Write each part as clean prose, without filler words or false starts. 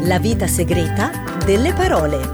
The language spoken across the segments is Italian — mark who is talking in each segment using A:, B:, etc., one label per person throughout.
A: La vita segreta delle parole.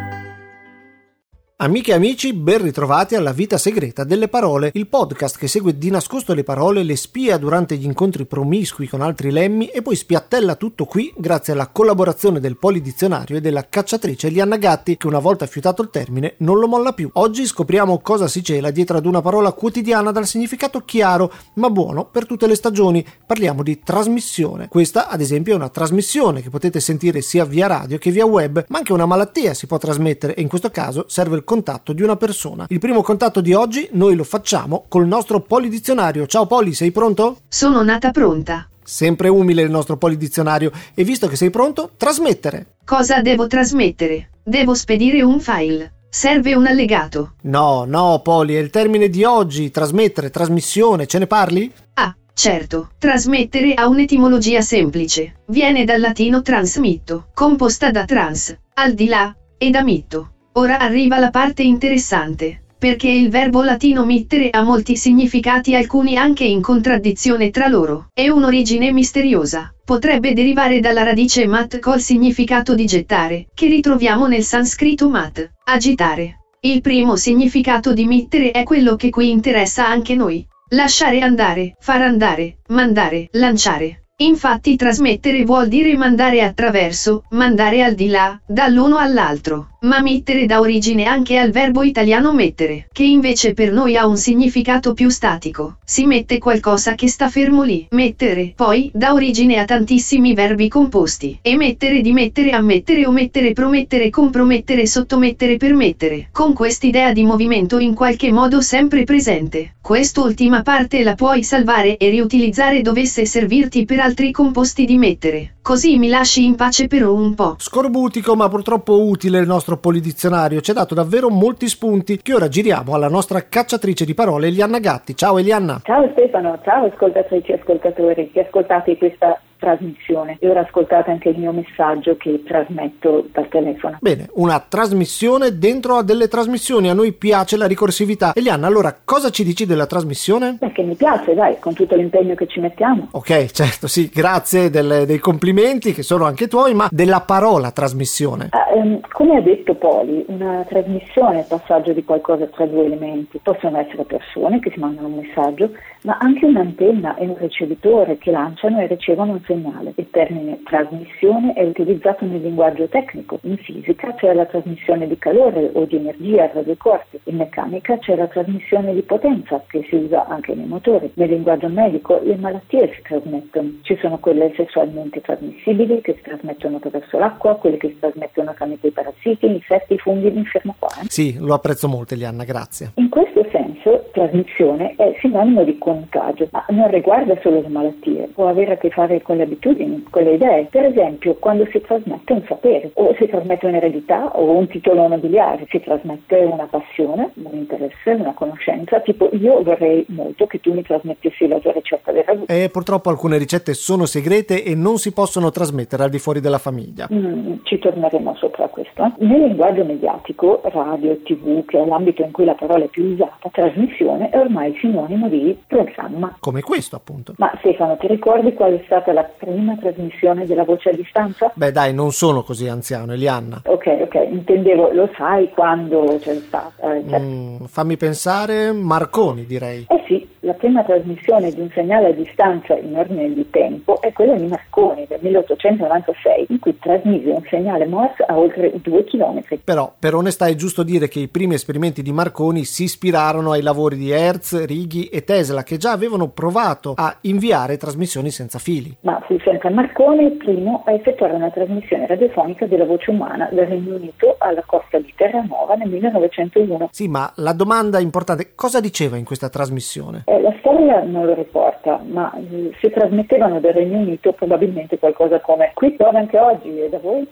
B: Amiche e amici, ben ritrovati alla Vita Segreta delle Parole, il podcast che segue di nascosto le parole, le spia durante gli incontri promiscui con altri lemmi e poi spiattella tutto qui grazie alla collaborazione del Polidizionario e della cacciatrice Elianna Gatti, che una volta fiutato il termine non lo molla più. Oggi scopriamo cosa si cela dietro ad una parola quotidiana dal significato chiaro ma buono per tutte le stagioni. Parliamo di trasmissione. Questa, ad esempio, è una trasmissione che potete sentire sia via radio che via web, ma anche una malattia si può trasmettere e in questo caso serve il contatto di una persona. Il primo contatto di oggi noi lo facciamo col nostro Polidizionario. Ciao Poli, sei pronto?
C: Sono nata pronta.
B: Sempre umile il nostro Polidizionario, e visto che sei pronto, trasmettere.
C: Cosa devo trasmettere? Devo spedire un file. Serve un allegato.
B: No, Poli, è il termine di oggi. Trasmettere, trasmissione, ce ne parli?
C: Ah, certo. Trasmettere ha un'etimologia semplice. Viene dal latino transmitto, composta da trans, al di là, e da mitto. Ora arriva la parte interessante, perché il verbo latino mittere ha molti significati, alcuni anche in contraddizione tra loro. È un'origine misteriosa. Potrebbe derivare dalla radice mat col significato di gettare, che ritroviamo nel sanscrito mat, agitare. Il primo significato di mittere è quello che qui interessa anche noi. Lasciare andare, far andare, mandare, lanciare. Infatti trasmettere vuol dire mandare attraverso, mandare al di là, dall'uno all'altro. Ma mittere dà origine anche al verbo italiano mettere, che invece per noi ha un significato più statico. Si mette qualcosa che sta fermo lì. Mettere, poi, dà origine a tantissimi verbi composti. Emettere, dimettere, ammettere, omettere, promettere, compromettere, sottomettere, permettere. Con quest'idea di movimento in qualche modo sempre presente. Quest'ultima parte la puoi salvare e riutilizzare dovesse servirti per altri composti di mettere. Così mi lasci in pace per un po'.
B: Scorbutico ma purtroppo utile il nostro Polidizionario, ci ha dato davvero molti spunti che ora giriamo alla nostra cacciatrice di parole Elianna Gatti. Ciao Elianna.
D: Ciao Stefano, ciao ascoltatrici e ascoltatori che ascoltate questa trasmissione e ora ascoltate anche il mio messaggio che trasmetto dal telefono.
B: Bene, una trasmissione dentro a delle trasmissioni, a noi piace la ricorsività. Elianna, allora cosa ci dici della trasmissione?
D: Che mi piace, dai, con tutto l'impegno che ci mettiamo.
B: Ok, certo, sì, grazie dei complimenti che sono anche tuoi, ma della parola trasmissione.
D: Come ha detto Poli, una trasmissione è il passaggio di qualcosa tra due elementi. Possono essere persone che si mandano un messaggio, ma anche un'antenna e un ricevitore che lanciano e ricevono un segnale. Il termine trasmissione è utilizzato nel linguaggio tecnico. In fisica c'è la trasmissione di calore o di energia tra due corpi. In meccanica c'è la trasmissione di potenza che si usa anche nei motori. Nel linguaggio medico le malattie si trasmettono. Ci sono quelle sessualmente trasmissibili che si trasmettono attraverso l'acqua, quelle che si trasmettono tramite i parassiti, insetti, funghi, l'infermo qua.
B: Sì, lo apprezzo molto Elianna, grazie.
D: In questo senso trasmissione è sinonimo di contagio, ma non riguarda solo le malattie, può avere a che fare con le abitudini, con le idee. Per esempio, quando si trasmette un sapere, o si trasmette un'eredità o un titolo nobiliare, si trasmette una passione, un interesse, una conoscenza, tipo io vorrei molto che tu mi trasmettessi la tua ricetta del ragù.
B: Purtroppo alcune ricette sono segrete e non si possono trasmettere al di fuori della famiglia.
D: Ci torneremo sopra questo. Nel linguaggio mediatico, radio, TV, che è l'ambito in cui la parola è più usata, trasmissione è ormai sinonimo di programma.
B: Come questo, appunto. Ma
D: Stefano, ti ricordi qual è stata la prima trasmissione della voce a distanza?
B: Beh dai, non sono così anziano, Elianna.
D: Ok, intendevo, lo sai quando c'è stata?
B: Fammi pensare, Marconi direi.
D: Sì, la prima trasmissione di un segnale a distanza in ordine di tempo è quella di Marconi del 1896, in cui trasmise un segnale Morse a oltre 2 chilometri.
B: Però, per onestà è giusto dire che i primi esperimenti di Marconi si ispirarono ai lavori di Hertz, Righi e Tesla, che già avevano provato a inviare trasmissioni senza fili.
D: Ma fu sempre Marconi il primo a effettuare una trasmissione radiofonica della voce umana dal Regno Unito alla costa di Terranova nel 1901.
B: Sì, ma la domanda importante, cosa diceva in questa trasmissione?
D: La storia non lo riporta, ma se trasmettevano dal Regno Unito probabilmente qualcosa come: qui piove anche oggi, e da voi?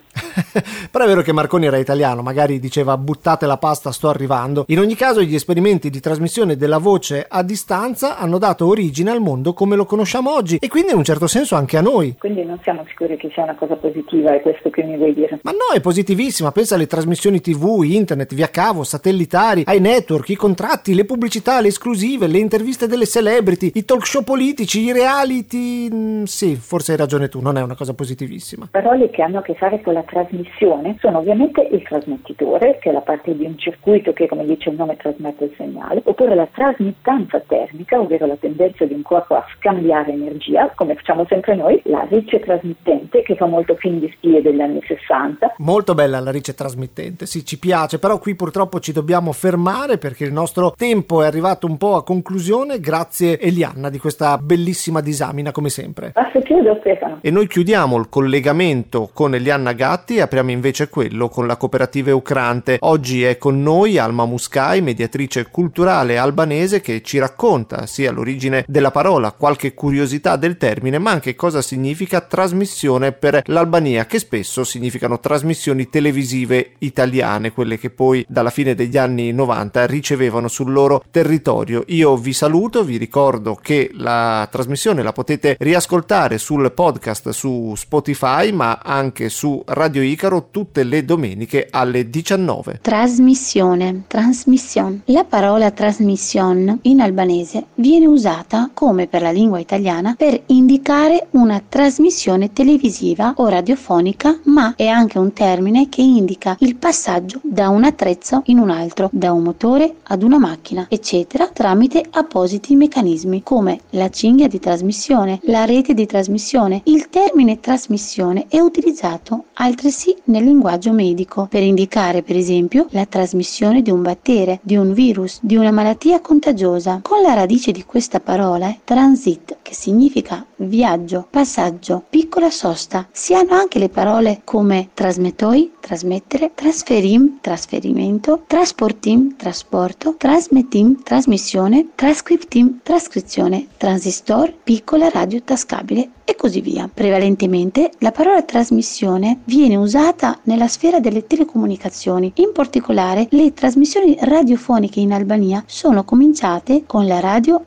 B: Però è vero che Marconi era italiano, magari diceva buttate la pasta, sto arrivando. In ogni caso gli esperimenti di trasmissione della voce a distanza hanno dato origine al mondo come lo conosciamo oggi e quindi in un certo senso anche a noi.
D: Quindi non siamo sicuri che sia una cosa positiva, è questo che mi vuoi dire?
B: Ma no, è positivissima, pensa alle trasmissioni TV, internet, via cavo, satellitari, ai network, i contratti, le pubblicità, le esclusive, le interviste delle celebrity, i talk show politici, i reality. Sì, forse hai ragione tu, non è una cosa positivissima.
D: Parole che hanno a che fare con la trasmissione sono ovviamente il trasmettitore, che è la parte di un circuito che, come dice il nome, trasmette il segnale, oppure la trasmittanza termica, ovvero la tendenza di un corpo a scambiare energia, come facciamo sempre noi, la rice trasmittente, che fa molto film di spie degli anni 60.
B: Molto bella la rice trasmittente, sì, ci piace, però qui purtroppo ci dobbiamo fermare perché il nostro tempo è arrivato un po' a conclusione. Grazie Elianna di questa bellissima disamina come sempre.
D: Passo chiudo, Stefano.
B: E noi chiudiamo il collegamento con Elianna Gatti e apriamo invece quello con la cooperativa Eucrante. Oggi è con noi Alma Muscai, mediatrice culturale albanese, che ci racconta sia l'origine della parola, qualche curiosità del termine, ma anche cosa significa trasmissione per l'Albania, che spesso significano trasmissioni televisive italiane, quelle che poi dalla fine degli anni 90 ricevevano sul loro territorio. Io vi saluto, vi ricordo che la trasmissione la potete riascoltare sul podcast su Spotify, ma anche su Radio Icaro tutte le domeniche alle 19.
E: Trasmissione, transmission. La parola transmission in albanese viene usata, come per la lingua italiana, per indicare una trasmissione televisiva o radiofonica, ma è anche un termine che indica il passaggio da un attrezzo in un altro, da un motore ad una macchina, eccetera, tramite appositi meccanismi come la cinghia di trasmissione, la rete di trasmissione. Il termine trasmissione è utilizzato altresì nel linguaggio medico per indicare, per esempio, la trasmissione di un battere, di un virus, di una malattia contagiosa. Con la radice di questa parola, transit, che significa viaggio, passaggio, piccola sosta. Si hanno anche le parole come trasmettoi, trasmettere, trasferim, trasferimento, trasportim, trasporto, trasmettim, trasmissione, trascriptim, trascrizione, transistor, piccola radio tascabile e così via. Prevalentemente la parola trasmissione viene usata nella sfera delle telecomunicazioni. In particolare le trasmissioni radiofoniche in Albania sono cominciate con la radio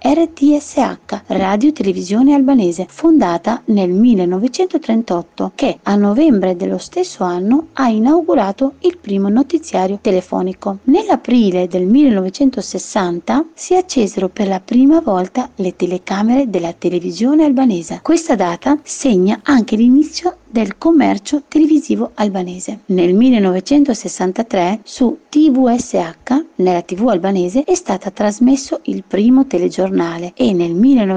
E: RTSH, Radio Televisione Albanese, fondata nel 1938, che a novembre dello stesso anno ha inaugurato il primo notiziario telefonico. Nell'aprile del 1960 si accesero per la prima volta le telecamere della televisione albanese. Questa data segna anche l'inizio del commercio televisivo albanese. Nel 1963 su TVSH, nella TV albanese, è stato trasmesso il primo telegiornale e nel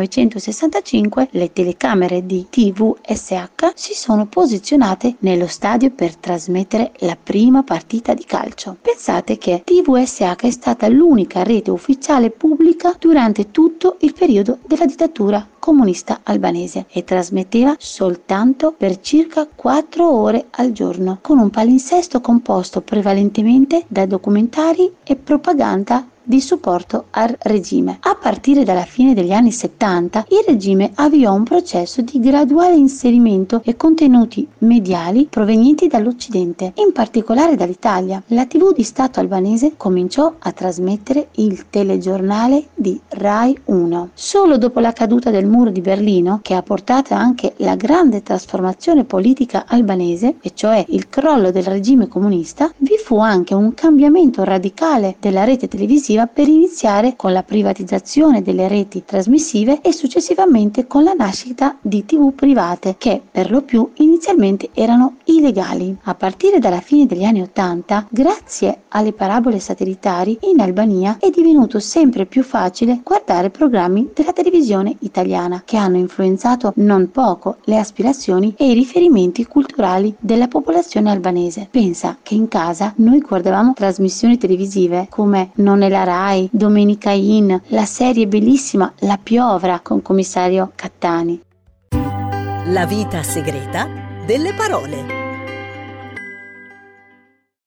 E: 1965 le telecamere di TVSH si sono posizionate nello stadio per trasmettere la prima partita di calcio. Pensate che TVSH è stata l'unica rete ufficiale pubblica durante tutto il periodo della dittatura comunista albanese e trasmetteva soltanto per circa 4 ore al giorno, con un palinsesto composto prevalentemente da documentari e propaganda di supporto al regime. A partire dalla fine degli anni 70 il regime avviò un processo di graduale inserimento e contenuti mediali provenienti dall'Occidente, in particolare dall'Italia. La TV di Stato albanese cominciò a trasmettere il telegiornale di Rai 1. Solo dopo la caduta del muro di Berlino, che ha portato anche la grande trasformazione politica albanese, e cioè il crollo del regime comunista, vi fu anche un cambiamento radicale della rete televisiva per iniziare con la privatizzazione delle reti trasmissive e successivamente con la nascita di TV private che per lo più inizialmente erano illegali. A partire dalla fine degli anni 80, grazie alle parabole satellitari, in Albania è divenuto sempre più facile guardare programmi della televisione italiana che hanno influenzato non poco le aspirazioni e i riferimenti culturali della popolazione albanese. Pensa che in casa noi guardavamo trasmissioni televisive come Non è la Rai, Domenica In, la serie bellissima La Piovra con commissario Cattani.
A: La vita segreta delle parole.